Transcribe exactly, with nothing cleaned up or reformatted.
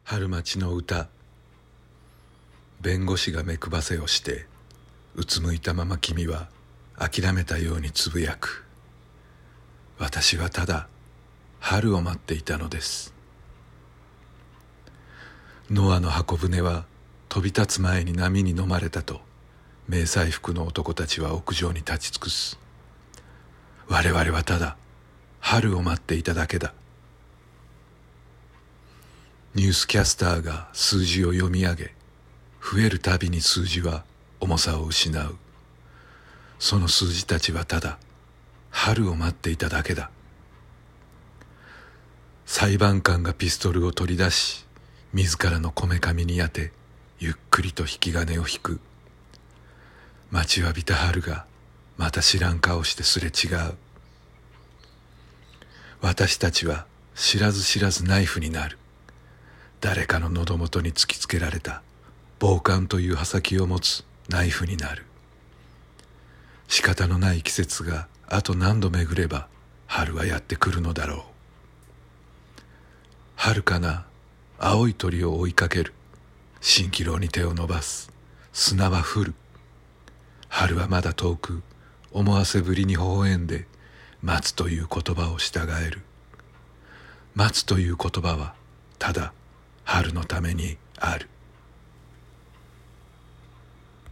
春町の歌。弁護士が目配せをしてうつむいたまま君は諦めたようにつぶやく。私はただ春を待っていたのです。ノアの箱舟は飛び立つ前に波に飲まれたと迷彩服の男たちは屋上に立ち尽くす。我々はただ春を待っていただけだ。ニュースキャスターが数字を読み上げ、増えるたびに数字は重さを失う。その数字たちはただ春を待っていただけだ。裁判官がピストルを取り出し、自らのこめかみに当てゆっくりと引き金を引く。待ちわびた春がまた知らん顔してすれ違う。私たちは知らず知らずナイフになる。誰かの喉元に突きつけられた暴漢という刃先を持つナイフになる。仕方のない季節があと何度巡れば春はやってくるのだろう。遥かな青い鳥を追いかける。蜃気楼に手を伸ばす。砂は降る。春はまだ遠く、思わせぶりに微笑んで待つという言葉を従える。待つという言葉はただ春のためにある。